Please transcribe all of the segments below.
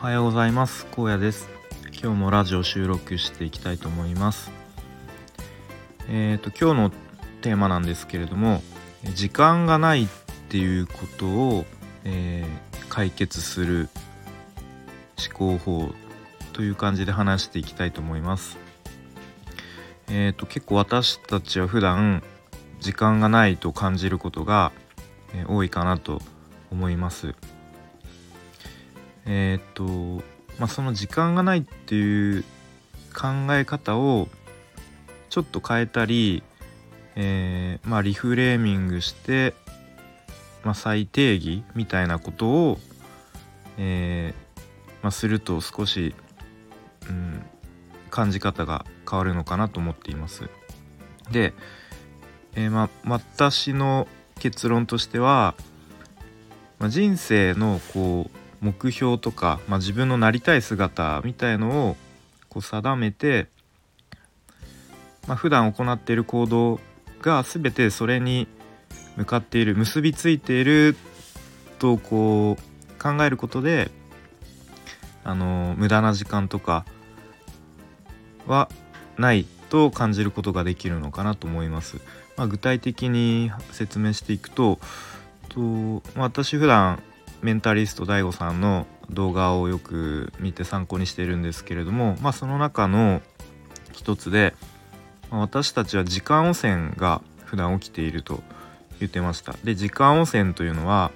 はようございます。荒野です。今日もラジオ収録していきたいと思います。今日のテーマなんですけれども、時間がないっていうことを、解決する思考法という感じで話していきたいと思います。結構私たちは普段時間がないと感じることが、多いかなと思います。その時間がないっていう考え方をちょっと変えたり、リフレーミングして、再定義みたいなことを、すると少し、感じ方が変わるのかなと思っています。で、私の結論としては、人生の目標とか、自分のなりたい姿みたいのを定めて、普段行っている行動が全てそれに向かっている、結びついていると考えることで、無駄な時間とかはないと感じることができるのかなと思います。具体的に説明していくと、私普段メンタリスト DAIGO さんの動画をよく見て参考にしているんですけれども、その中の一つで、私たちは時間汚染が普段起きていると言ってました。で、時間汚染というのは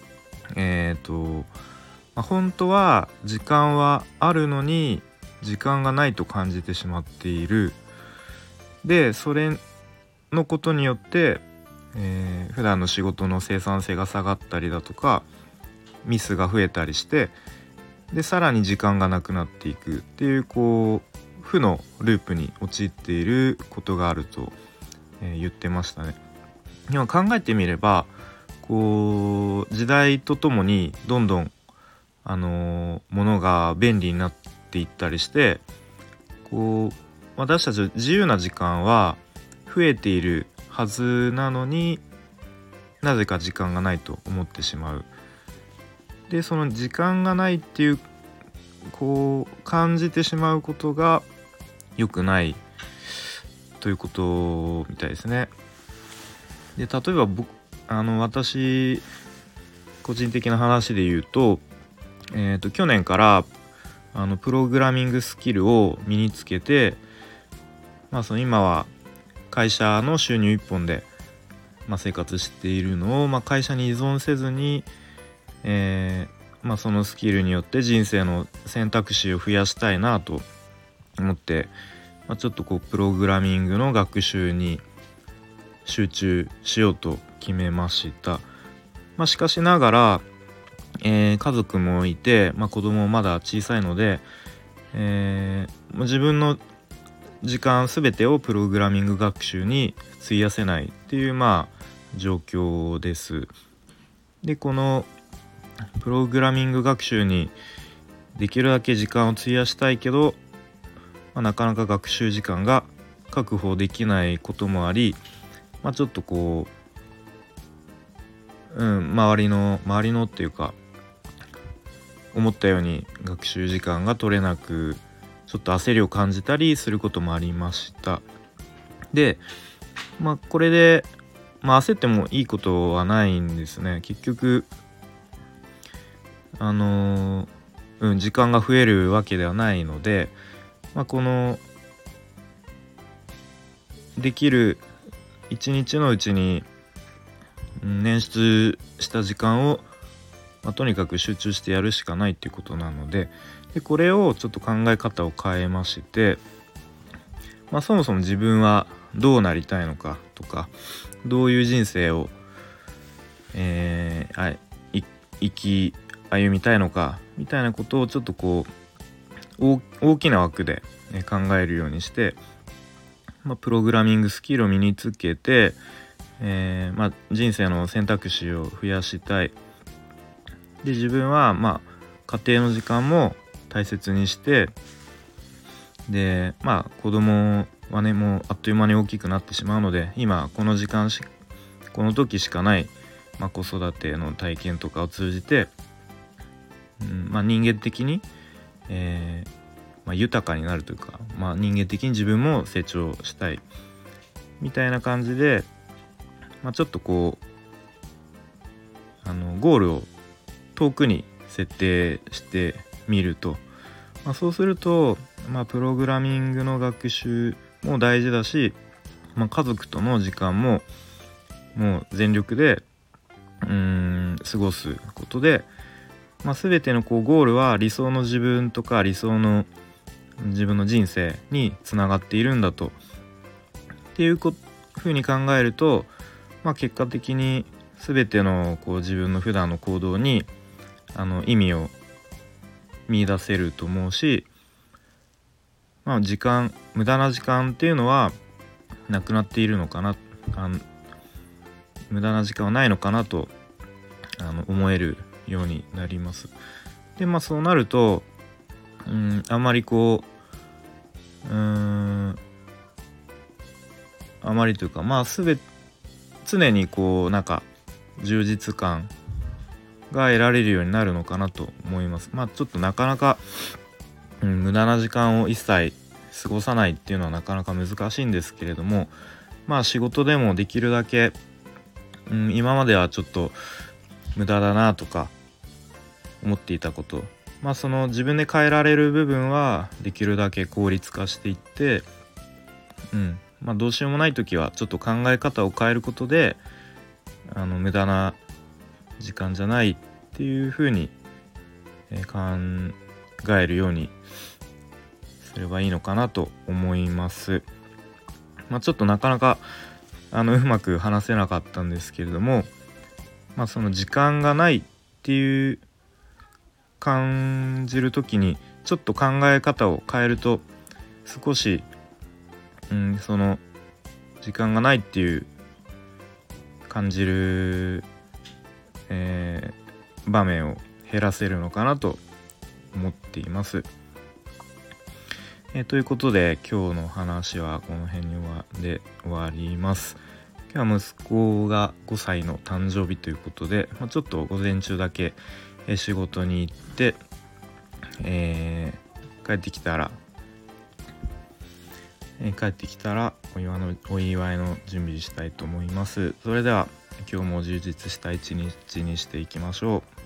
本当は時間はあるのに時間がないと感じてしまっている。で、それのことによって、普段の仕事の生産性が下がったりだとか、ミスが増えたりして、でさらに時間がなくなっていくっていう負のループに陥っていることがあると、言ってましたね。今考えてみれば、時代とともにどんどんものが便利になっていったりして、私たちの自由な時間は増えているはずなのに、なぜか時間がないと思ってしまう。で、その時間がないっていう感じてしまうことが良くないということみたいですね。で、例えば私個人的な話で言うと、去年からプログラミングスキルを身につけて、今は会社の収入一本で、生活しているのを、会社に依存せずに、そのスキルによって人生の選択肢を増やしたいなと思って、ちょっとプログラミングの学習に集中しようと決めました。しかしながら、家族もいて、子供もまだ小さいので、自分の時間すべてをプログラミング学習に費やせないっていう状況です。で、このプログラミング学習にできるだけ時間を費やしたいけど、なかなか学習時間が確保できないこともあり、ちょっと周りのっていうか、思ったように学習時間が取れなく、ちょっと焦りを感じたりすることもありました。で、これで、焦ってもいいことはないんですね。結局時間が増えるわけではないので、このできる一日のうちに捻出した時間を、とにかく集中してやるしかないっていうことなので、これをちょっと考え方を変えまして、そもそも自分はどうなりたいのかとか、どういう人生を、歩みたいのかみたいなことをちょっと大きな枠で考えるようにして、プログラミングスキルを身につけて、人生の選択肢を増やしたい。で、自分は家庭の時間も大切にして、で子供はね、もうあっという間に大きくなってしまうので、今この時しかない、子育ての体験とかを通じて、 人間的に、豊かになるというか、人間的に自分も成長したいみたいな感じで、ちょっとこうゴールを遠くに設定してみると、そうすると、プログラミングの学習も大事だし、家族との時間ももう全力で過ごすことで、全てのゴールは理想の自分とか理想の自分の人生につながっているんだとっていうふうに考えると、結果的に全ての自分の普段の行動に意味を見出せると思うし、無駄な時間っていうのはなくなっているのかな、無駄な時間はないのかなと思えるようになります。でそうなるとあんまりあまりというか常に充実感が得られるようになるのかなと思います。ちょっとなかなか、無駄な時間を一切過ごさないっていうのはなかなか難しいんですけれども、仕事でもできるだけ、今まではちょっと無駄だなとか思っていたこと、その自分で変えられる部分はできるだけ効率化していって、どうしようもない時はちょっと考え方を変えることで無駄な時間じゃないっていう風に、考えるようにすればいいのかなと思います。ちょっとなかなかうまく話せなかったんですけれども、その時間がないっていう感じる時にちょっと考え方を変えると少し、その時間がないっていう感じる、場面を減らせるのかなと思っています。ということで今日の話はこの辺で終わります。今日は息子が5歳の誕生日ということで、ちょっと午前中だけ仕事に行って、帰ってきたらお祝いの準備したいと思います。それでは今日も充実した一日にしていきましょう。